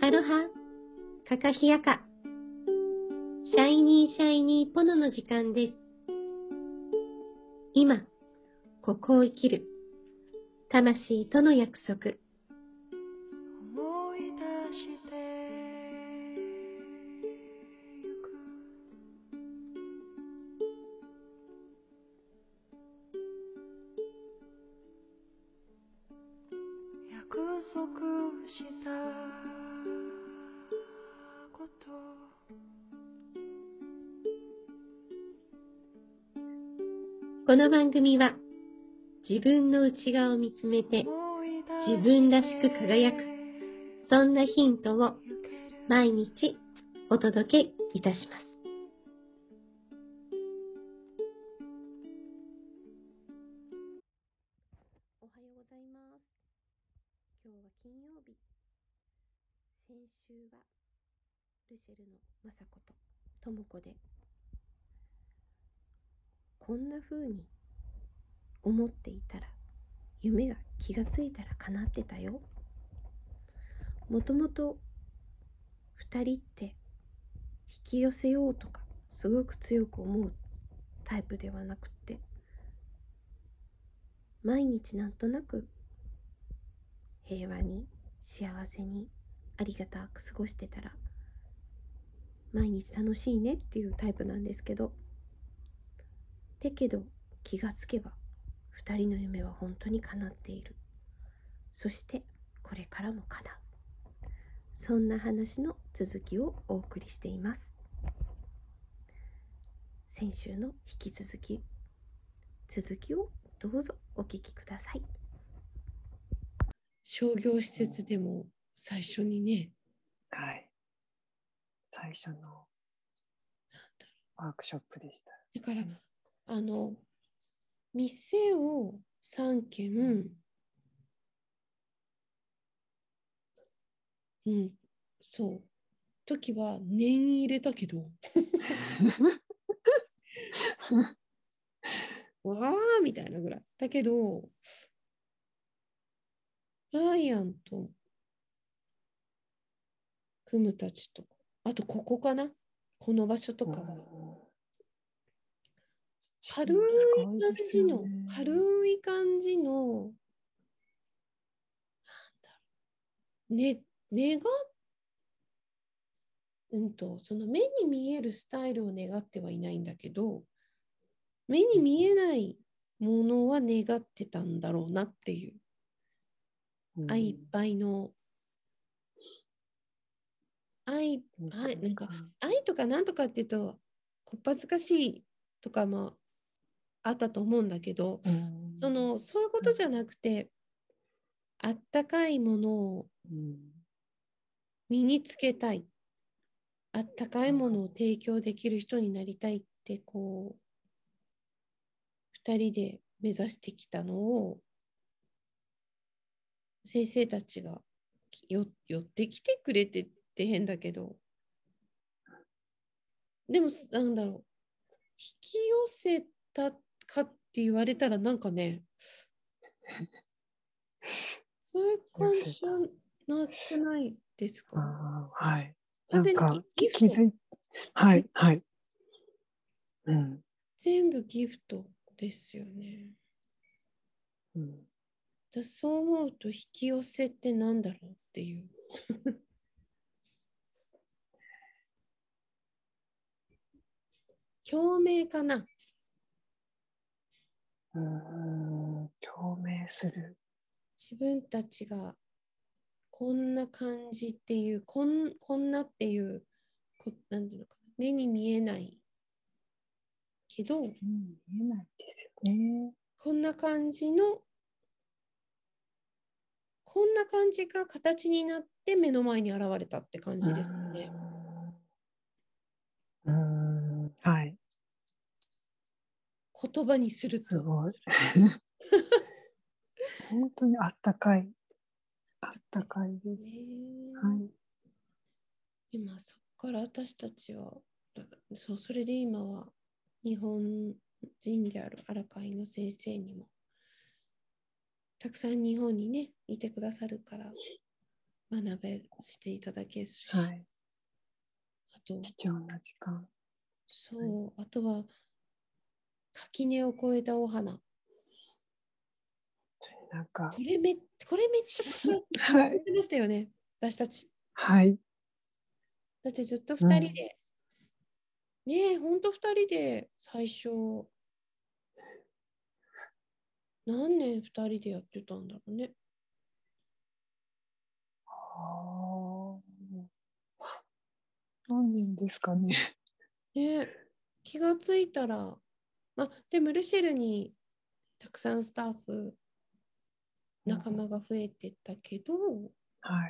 アロハ、カカヒヤカ、シャイニーシャイニーポノの時間です。今、ここを生きる、魂との約束。 思い出してゆく約束したことこの番組は自分の内側を見つめて自分らしく輝く、そんなヒントを毎日お届けいたします。おはようございます。今日は金曜日。先週はルシェルの雅子と智子で、こんな風に思っていたら夢が気がついたら叶ってたよ。もともと2人って引き寄せようとかすごく強く思うタイプではなくって、毎日なんとなく平和に幸せにありがたく過ごしてたら毎日楽しいねっていうタイプなんですけど、だけど気がつけば2人の夢は本当に叶っている。そしてこれからも叶う。そんな話の続きをお送りしています。先週の引き続きをどうぞお聞きください。商業施設でも最初にね、 はい。最初のワークショップでした。 だから店を3軒、そう時は念入れたけどわーみたいなぐらいだけど、ライアンとクムたちと、あとここかな、この場所とかは軽い感じのその目に見えるスタイルを願ってはいないんだけど、目に見えないものは願ってたんだろうなっていう、愛いっぱいのなんか愛とかなんとかっていうとこっぱずかしいとかもあったと思うんだけど、そういうことじゃなくて、あったかいものを身につけたい、あったかいものを提供できる人になりたいってこう2人で目指してきたのを先生たちが寄ってきてくれてって変だけど、でもなんだろう、引き寄せたかって言われたらなんかねそういう感じじゃなくないですか？ はい。 完全にギフト。 はいはい。 全部ギフトですよね。そう思うと引き寄せってなんだろうっていう共鳴かな。 共鳴する。 自分たちがこんな感じっていう、こんなっていうなんていうのかな、目に見えないけど、 見えないですよね。 こんな感じが形になって目の前に現れたって感じですね。 はい。 言葉にするとすごい。本当にあったかいです。はい。 今そこから私たちはそれで今は日本人である荒海の先生にもたくさん日本にねいてくださるから、 学べしていただけるし、 はい。 あと、 貴重な時間。 そう、あとは垣根を越えたお花。 なんか、 これめっちゃすやはい。 ってましたよね、私たち。 はい。 だってずっとう 2人ん。 で、ねえ、ほんと2人で最初、何年2人でやってたんだろうね。 ああ。何年ですかね。 ね、気がついたら、でもルシェルにたくさんスタッフ、仲間が増えてったけど、 はい。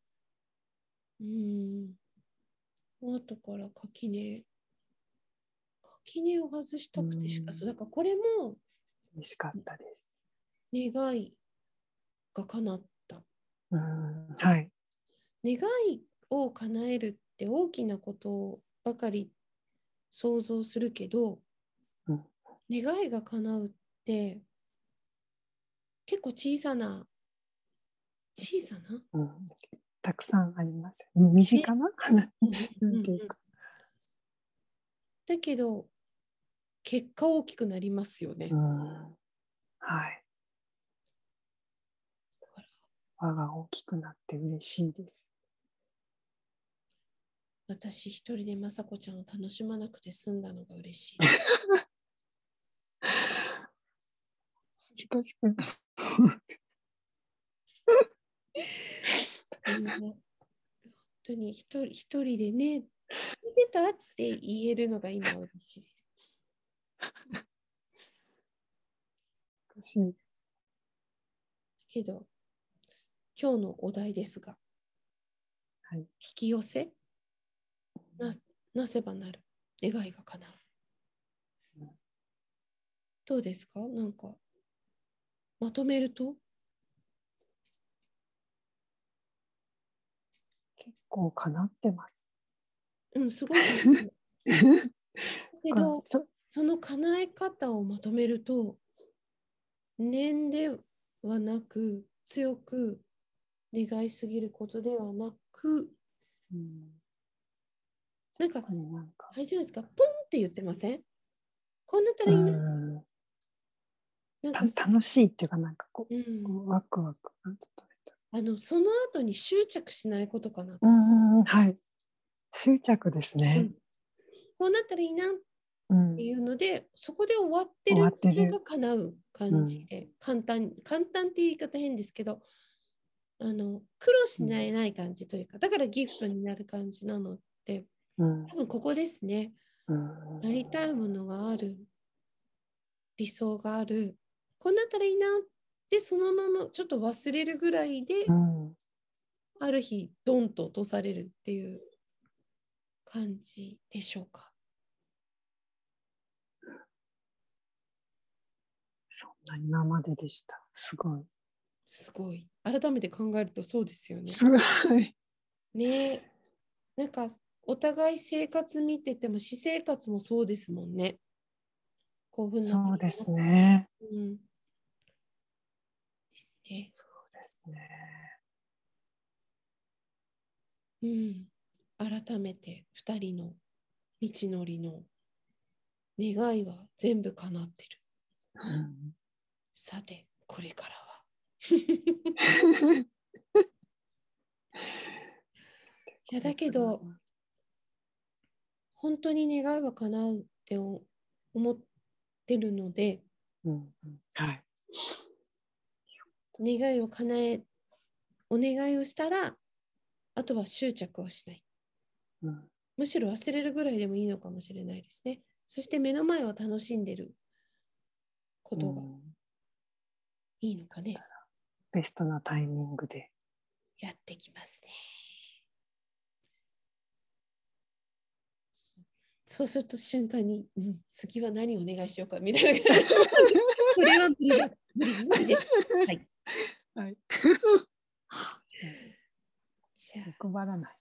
後から垣根を外したくてしか、そうだからこれも嬉しかったです。 願いが叶った。 はい。 願いを叶えるって大きなことばかり想像するけど、願いが叶うって結構小さな、 たくさんあります。身近ななんていうか。 だけど結果大きくなりますよね。 はい。輪が大きくなって嬉しいです。 私一人で雅子ちゃんを楽しまなくて済んだのが嬉しいです。 恥ずかしくない。 本当に一人でね、聞いてたって言えるのが今嬉しいです。 嬉しい。 けど、今日のお題ですが、 はい、 引き寄せなせばなる願いが叶う。どうですか？なんかまとめると結構叶ってます。 すごいけど、その叶え方をまとめると、念ではなく強く願いすぎることではなく、なんかあれじゃないですか、ポンって言ってません？こうなったらいいな。 なんか楽しいっていうか、なんかこうワクワク。 その後に執着しないことかな。 はい。執着ですね。 こうなったらいいなっていうので、そこで終わってることが叶う感じで、簡単っていう言い方変ですけど、苦労しない感じというか、だからギフトになる感じなので、多分ここですね。なりたいものがある、理想がある、こうなったらいいなってそのままちょっと忘れるぐらいで、ある日ドンと落とされるっていう感じでしょうか。 そんな今まででした。すごい。 すごい。改めて考えるとそうですよね。 すごい。 ね、なんかお互い生活見てても私生活もそうですもんね。こういうふうになってそうですね。 ですね。 そうですね。 改めて2人の道のりの願いは全部叶ってる。さて、これからは。いや、だけど、本当に願いは叶うって思ってるので、 はい。 願いを叶え、お願いをしたら、あとは執着をしない。むしろ忘れるぐらいでもいいのかもしれないですね。そして目の前を楽しんでることがいいのかね。 ベストなタイミングでやってきますね。そうすると瞬間に、次は何をお願いしようかみたいな感じ。これは無理だ。無理です。はい。 はい。 じゃあ。 欲張らない。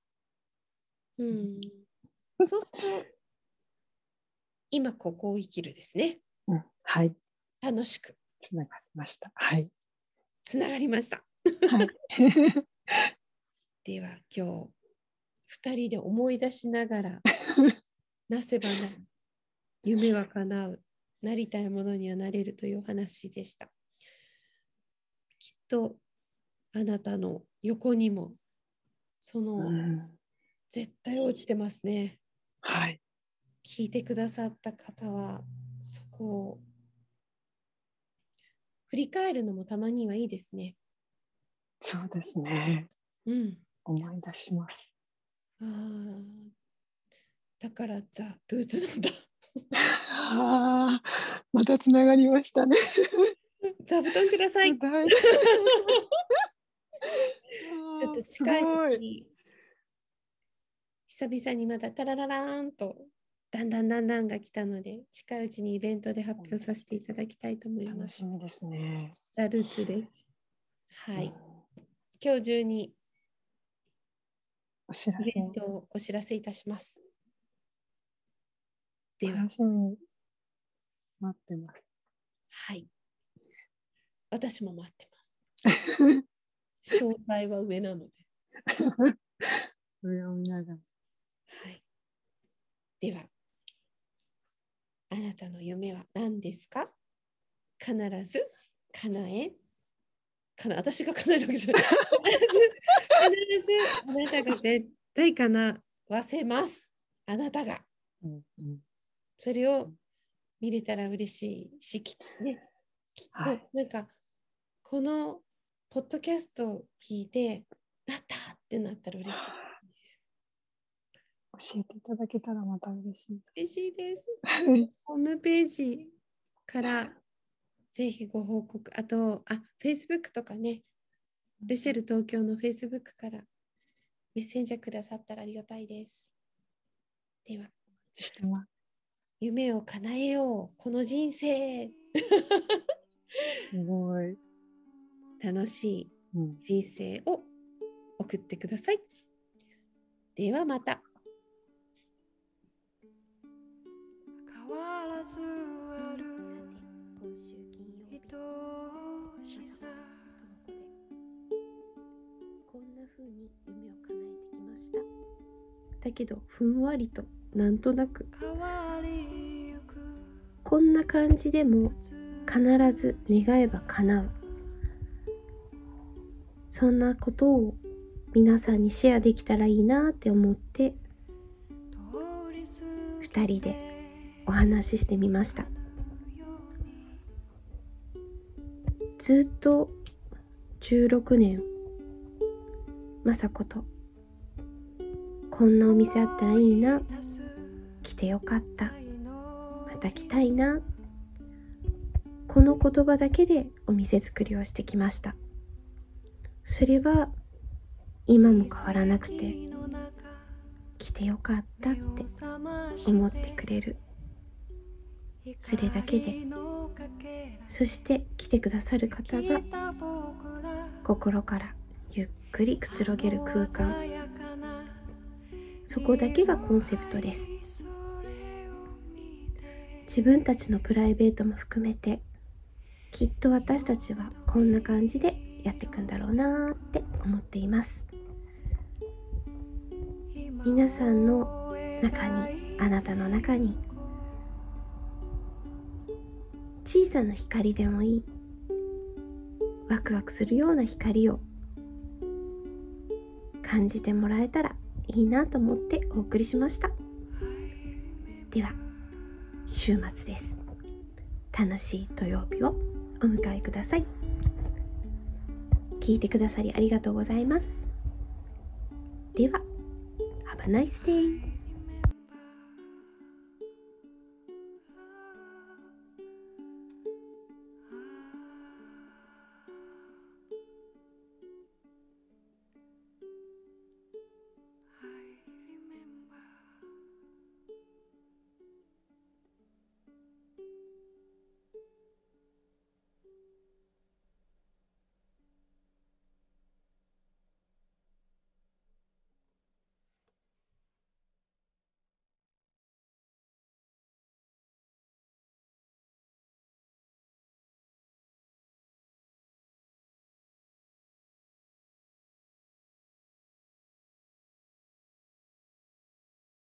そうすると、今ここを生きるですね。 はい。 楽しく。 つながりました。はい。 つながりました。 はい。 では今日2人で思い出しながらなせばなる、夢は叶う、なりたいものにはなれるというお話でした。きっとあなたの横にもその、絶対落ちてますね。 はい。 聞いてくださった方はそこを振り返るのもたまにはいいですね。 そうですね。 うん。 思い出します。 ああ、だからザ・ルーツなんだ。 ああ、またつながりましたね。 座布団ください。ち大ょっと近いうちに久々にまたタラララーンとだんだんが来たので、近いうちにイベントで発表させていただきたいと思います。 楽しみですね。 ザ・ルーツです。はい。今日中にお知らせイベントをお知らせいたします。では、 楽しみに待ってます。 はい。私も待ってます。詳細は上なので。 上を見ながら。 はい。では、あなたの夢は何ですか？必ず叶え。私が叶えるわけじゃない。必ずあなたが絶対叶わせます。あなたが。それを見れたら嬉しいし、ね、なんかこのポッドキャストを聞いてなったってなったら嬉しい。 教えていただけたらまた嬉しい。 嬉しいです。ホームページからぜひご報告。あと、Facebook とかね、ルシェル東京の Facebook からメッセンジャーくださったらありがたいです。では、夢を叶えよう、この人生。 すごい。 楽しい人生を送ってください。ではまた。 変わらずある今週金曜日、 愛しさこんな風に夢を叶えてきました。だけどふんわりとなんとなくこんな感じでも必ず願えば叶う、そんなことを皆さんにシェアできたらいいなって思って2人でお話ししてみました。ずっと16年まさことこんなお店あったらいいな、来てよかった、また来たいな、この言葉だけでお店作りをしてきました。それは今も変わらなくて、来てよかったって思ってくれる、それだけで、そして来てくださる方が心からゆっくりくつろげる空間、そこだけがコンセプトです。自分たちのプライベートも含めて、きっと私たちはこんな感じでやっていくんだろうなって思っています。皆さんの中に、あなたの中に小さな光でもいい、ワクワクするような光を感じてもらえたらいいなと思ってお送りしました。では週末です。楽しい土曜日をお迎えください。聞いてくださりありがとうございます。では Have a nice day!